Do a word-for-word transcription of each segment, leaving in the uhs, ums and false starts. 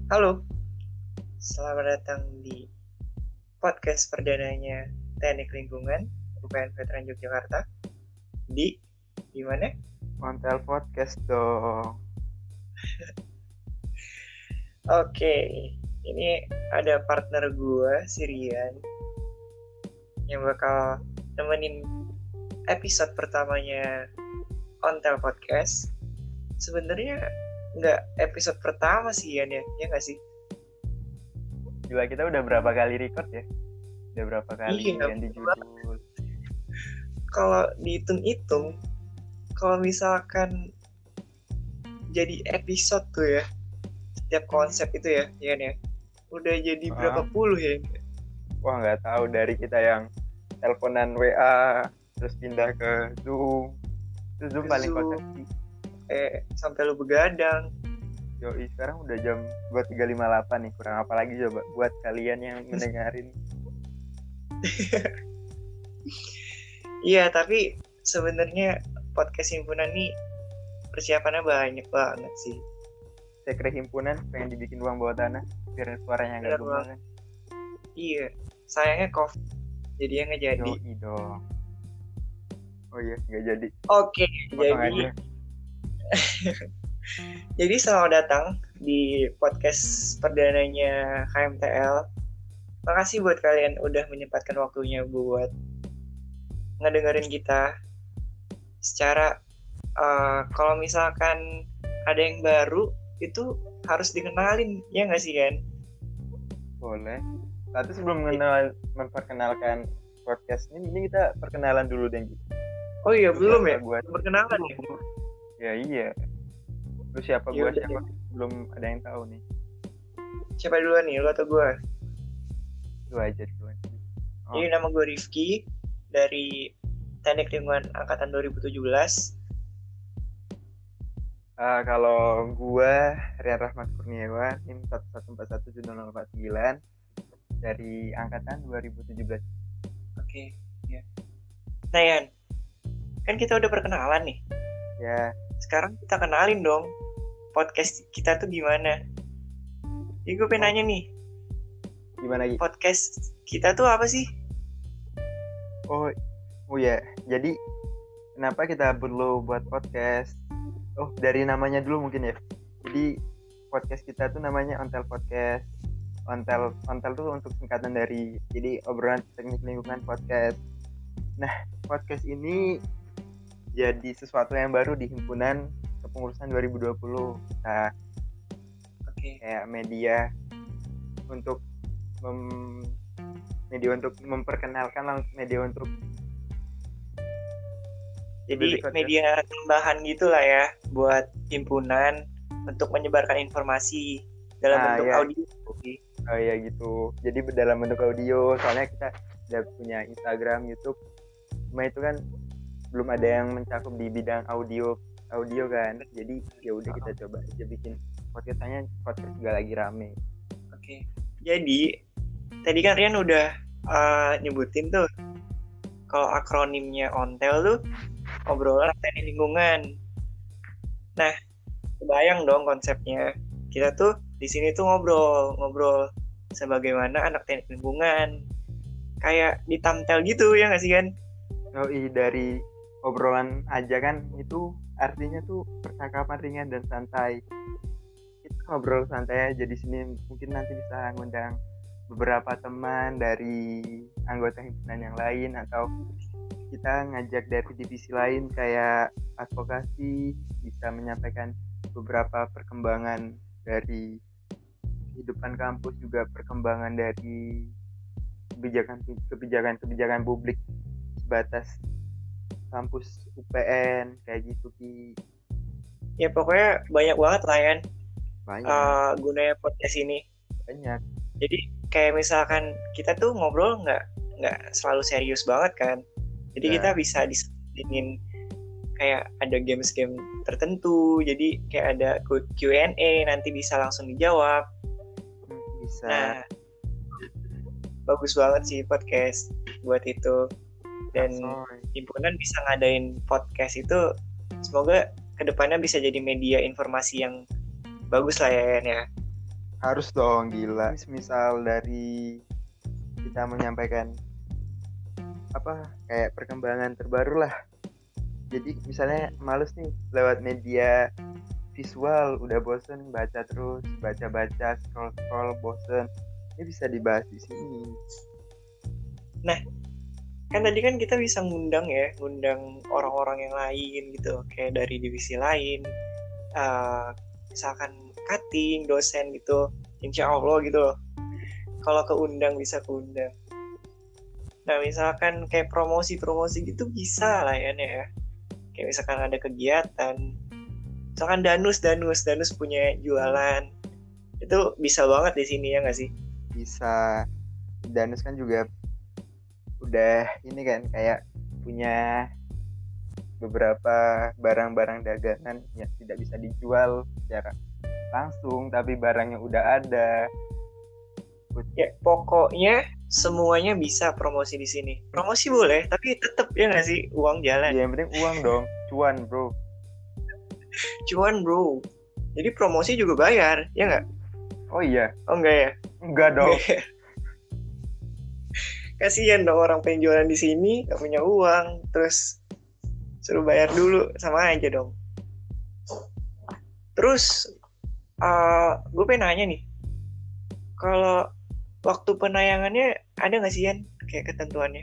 Halo, selamat datang di podcast perdananya Teknik Lingkungan U P N Veteran Yogyakarta. Di di mana? Ontel Podcast dong. Oke, ini ada partner gue, si Rian, yang bakal nemenin episode pertamanya Ontel Podcast. Sebenarnya nggak episode pertama sih, Yan, ya, ya nggak sih? Gila, kita udah berapa kali record ya? Udah berapa kali Iya, ganti judul. Kalau dihitung-hitung, kalau misalkan jadi episode tuh ya, setiap konsep itu ya, ya ya, udah jadi Ah. berapa puluh ya? Wah, nggak tahu, dari kita yang teleponan W A terus pindah ke Zoom. Terus Zoom Ke paling Zoom. kocak sih. Eh, sampai lu begadang. Yoi, sekarang udah jam dua tiga lima delapan nih. Kurang apa lagi coba buat kalian yang mendengarin. Iya, tapi sebenarnya podcast himpunan nih persiapannya banyak banget sih. Sekre himpunan pengen dibikin ruang bawah tanah biar suaranya nggak Bener gembang kan. Iya, sayangnya COVID, jadinya nggak jadi. Yoi dong. Oh iya, nggak jadi. Oke, Potong jadi aja. jadi selamat datang di podcast perdananya K M T L. Makasih buat kalian udah menyempatkan waktunya buat ngedengerin kita. Secara uh, kalau misalkan ada yang baru itu harus dikenalin, ya nggak sih kan? Boleh. Tapi sebelum mengenal, memperkenalkan podcast ini, ini kita perkenalan dulu deh. Oh iya, Lu belum ya? Gua... Perkenalan ya? Ya iya. Lu siapa, Ya gua udah siapa? deh. Belum ada yang tahu nih. Siapa duluan nih, lu atau gue? Lu aja duluan. Oh. Jadi nama gue Rifki dari Teknik Lingkungan Angkatan dua ribu tujuh belas. Uh, kalau gua Rian Rahmat Kurniawan, NIM satu satu empat satu tujuh nol empat sembilan dari angkatan dua ribu tujuh belas. Oke, ya. Nah, Yan, kan kita udah perkenalan nih. Ya. Sekarang kita kenalin dong podcast kita tuh gimana. Jadi gue pengen oh. nanya nih. Gimana Gi? Podcast kita tuh apa sih? Oh, oh ya. Jadi kenapa kita perlu buat podcast? Oh, dari namanya dulu mungkin ya. Jadi podcast kita tuh namanya Ontel Podcast. Ontel, Ontel tuh untuk singkatan dari jadi obrolan teknik lingkungan podcast. Nah, podcast ini jadi sesuatu yang baru di himpunan kepengurusan dua ribu dua puluh. Nah, oke, okay. Kayak media untuk mem, media untuk memperkenalkan, media untuk jadi media tambahan gitulah ya buat himpunan untuk menyebarkan informasi dalam nah, bentuk ya. Audio. Oh iya gitu. Jadi dalam bentuk audio. Soalnya kita udah punya Instagram, YouTube. Cuma itu kan belum ada yang mencakup di bidang audio, audio kan. Jadi ya udah kita coba aja bikin podcastnya. Podcast juga lagi rame. Oke. Jadi tadi kan Rian udah uh, nyebutin tuh kalau akronimnya Ontel tuh obrolan teknik lingkungan. Nah, kebayang dong konsepnya. Kita tuh di sini tuh ngobrol, ngobrol sebagaimana anak teknik lingkungan. Kayak di tamtel gitu ya nggak sih kan? Oh iya, dari obrolan aja kan itu artinya tuh percakapan ringan dan santai. Kita ngobrol santai aja di sini. Mungkin nanti bisa ngundang beberapa teman dari anggota himpunan yang lain atau kita ngajak dari divisi lain kayak advokasi, bisa menyampaikan beberapa perkembangan dari kehidupan kampus, juga perkembangan dari kebijakan kebijakan kebijakan publik sebatas kampus U P N kayak gitu Ki. Ya pokoknya banyak banget lah ya. Banyak. Uh, gunanya podcast ini. Banyak. Jadi kayak misalkan kita tuh ngobrol nggak nggak selalu serius banget kan. Jadi ya. Kita bisa disediain kayak ada games-game tertentu. Jadi kayak ada Q and A, nanti bisa langsung dijawab. Bisa. Nah, bagus banget sih podcast buat itu. Dan Sorry. himpunan bisa ngadain podcast itu. Semoga kedepannya bisa jadi media informasi yang bagus lah ya, ya. Harus dong, gila. Misal dari kita menyampaikan apa kayak perkembangan terbaru lah. Jadi misalnya males nih lewat media visual, udah bosen baca terus, baca-baca, scroll-scroll, bosen. Ini bisa dibahas di sini. Nah, kan tadi kan kita bisa ngundang ya, ngundang orang-orang yang lain gitu, kayak dari divisi lain, uh, misalkan cutting, dosen gitu, insya Allah gitu loh. Kalau keundang bisa keundang. Nah, misalkan kayak promosi-promosi gitu bisa lah ya, ya. Kayak misalkan ada kegiatan, misalkan Danus, Danus, Danus punya jualan, itu bisa banget di sini ya nggak sih? Bisa. Danus kan juga udah ini kan kayak punya beberapa barang-barang dagangan yang tidak bisa dijual secara langsung, tapi barangnya udah ada. Ya pokoknya semuanya bisa promosi di sini. Promosi boleh, tapi tetap ya nggak sih uang jalan. Ya, yang penting uang dong, cuan bro. Cuan bro. Jadi promosi juga bayar, ya nggak? Oh iya. Oh enggak ya? Enggak dong. Kasian dong orang pengen jualan di sini nggak punya uang, terus suruh bayar dulu, sama aja dong. Terus uh, gue pengen nanya nih, kalau waktu penayangannya ada nggak sih Yan kayak ketentuannya?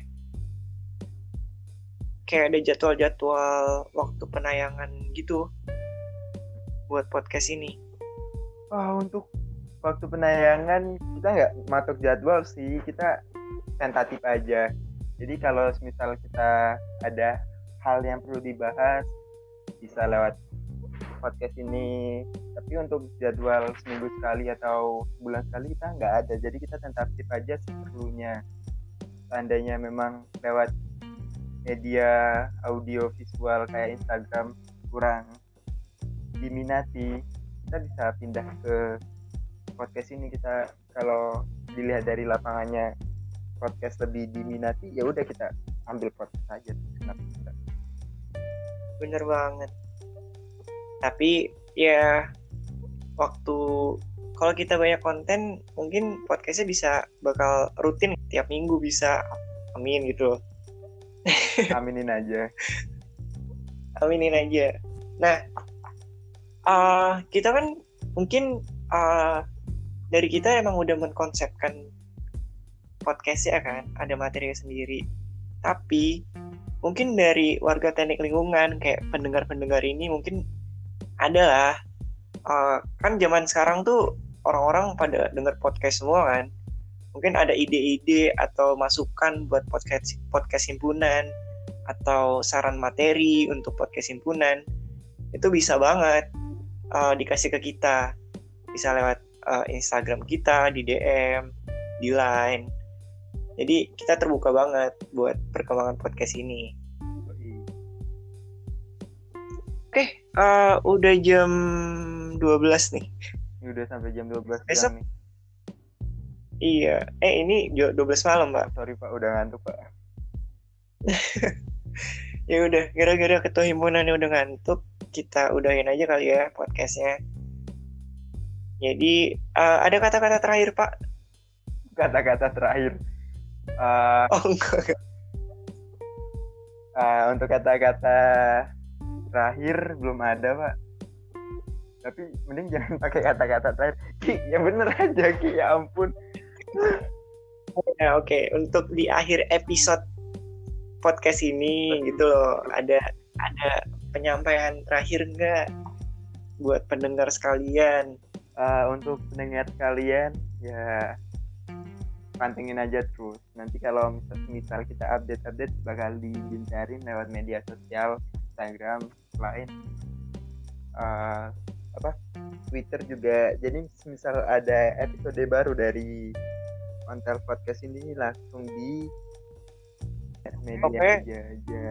Kayak ada jadwal-jadwal waktu penayangan gitu buat podcast ini. Wah, untuk waktu penayangan kita nggak matok jadwal sih, kita tentatif aja. Jadi kalau misal kita ada hal yang perlu dibahas bisa lewat podcast ini, tapi untuk jadwal seminggu sekali atau sebulan sekali kita nggak ada, jadi kita tentatif aja seperlunya. Seandainya memang lewat media audio visual kayak Instagram kurang diminati, kita bisa pindah ke podcast ini. Kita kalau dilihat dari lapangannya podcast lebih diminati, ya udah kita ambil podcast aja. Kenapa tidak? Bener banget. Tapi ya waktu kalau kita banyak konten, mungkin podcastnya bisa bakal rutin tiap minggu bisa. Amin gitu. Aminin aja. Aminin aja. Nah, uh, kita kan mungkin uh, dari kita emang udah mengkonsepkan podcastnya kan, ada materi sendiri. Tapi mungkin dari warga teknik lingkungan kayak pendengar-pendengar ini mungkin adalah uh, kan zaman sekarang tuh orang-orang pada denger podcast semua kan. Mungkin ada ide-ide atau masukan buat podcast podcast himpunan atau saran materi untuk podcast himpunan, itu bisa banget uh, dikasih ke kita. Bisa lewat uh, Instagram kita, di D M, di Line. Jadi kita terbuka banget buat perkembangan podcast ini. Oke, uh, udah jam dua belas nih. Udah sampai jam dua belas Besok nih. Iya, eh ini dua belas malam, Pak. Sorry Pak, udah ngantuk Pak. Ya udah, gara-gara ketua himpunannya udah ngantuk, kita udahin aja kali ya podcastnya. Jadi uh, ada kata-kata terakhir Pak? Kata-kata terakhir. Uh, oh enggak. Uh, untuk kata-kata terakhir belum ada Pak. Tapi mending jangan pakai kata-kata terakhir. Ki, ya bener aja Ki, ya ampun. Ya oke, okay. Untuk di akhir episode podcast ini gitu loh, ada ada penyampaian terakhir nggak buat pendengar sekalian? Uh, untuk pendengar sekalian ya pantengin aja terus. Nanti kalau misal, misal kita update-update bakal digencarin lewat media sosial, Instagram, lain uh, apa Twitter juga. Jadi misal ada episode baru dari Ontel Podcast ini langsung di media okay. aja aja.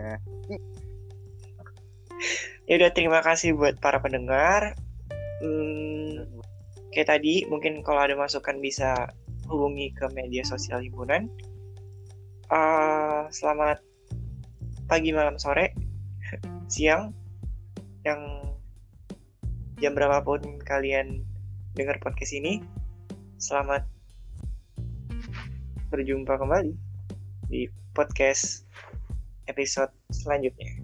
Ya udah, terima kasih buat para pendengar. Hmm, kayak tadi mungkin kalau ada masukan bisa hubungi ke media sosial himpunan. Uh, selamat pagi, malam, sore, siang, yang jam berapapun kalian dengar podcast ini. Selamat berjumpa kembali di podcast episode selanjutnya.